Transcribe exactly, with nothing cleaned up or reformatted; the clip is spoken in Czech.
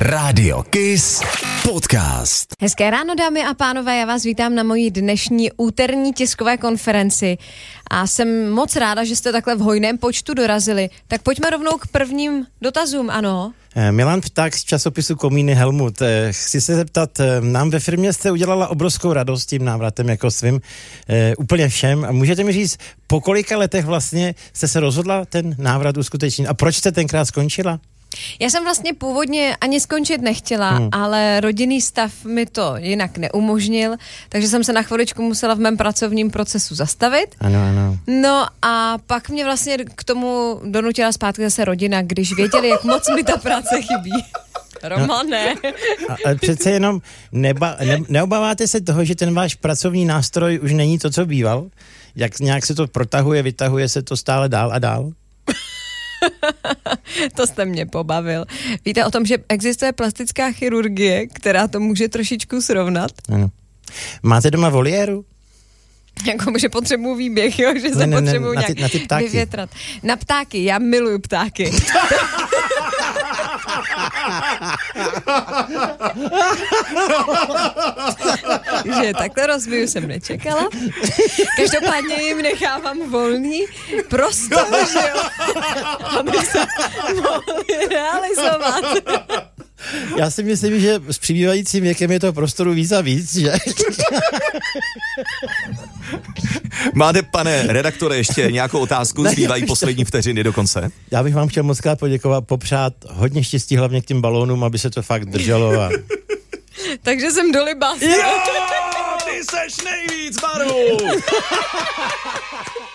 Rádio Kiss Podcast. Hezké ráno, dámy a pánové, já vás vítám na mojí dnešní úterní tiskové konferenci a jsem moc ráda, že jste takhle v hojném počtu dorazili. Tak pojďme rovnou k prvním dotazům, ano? Milan Pták z časopisu Komíny Helmut. Chci se zeptat, nám ve firmě jste udělala obrovskou radost tím návratem jako svým e, úplně všem. A můžete mi říct, po kolika letech vlastně jste se rozhodla ten návrat uskutečnit a proč jste tenkrát skončila? Já jsem vlastně původně ani skončit nechtěla, hmm. ale rodinný stav mi to jinak neumožnil, takže jsem se na chviličku musela v mém pracovním procesu zastavit. Ano, ano. No a pak mě vlastně k tomu donutila zpátky zase rodina, když věděli, jak moc mi ta práce chybí. Romane. No, a, a přece jenom neba, ne, neobáváte se toho, že ten váš pracovní nástroj už není to, co býval? Jak nějak se to protahuje, vytahuje se to stále dál a dál? To jste mě pobavil. Víte o tom, že existuje plastická chirurgie, která to může trošičku srovnat? Ano. Máte doma voliéru? Jako, že potřebuji výběh, jo? Že se ne, ne, potřebuji na nějak ty, na ty ptáky. vyvětrat. Na ptáky, já miluju ptáky. Že takhle rozvíju jsem nečekala. Každopádně jim nechávám volný prostor, že jo? Aby se mohli realizovat. Já si myslím, že s přibývajícím věkem je toho prostoru víc a víc, že? Máte, pane redaktore, ještě nějakou otázku? Zbývají poslední vteřiny do konce. Já bych vám chtěl moc krát poděkovat, popřát hodně štěstí hlavně k těm balónům, aby se to fakt drželo. A... Takže jsem do libase. Jo, ty seš nejvíc, Baru!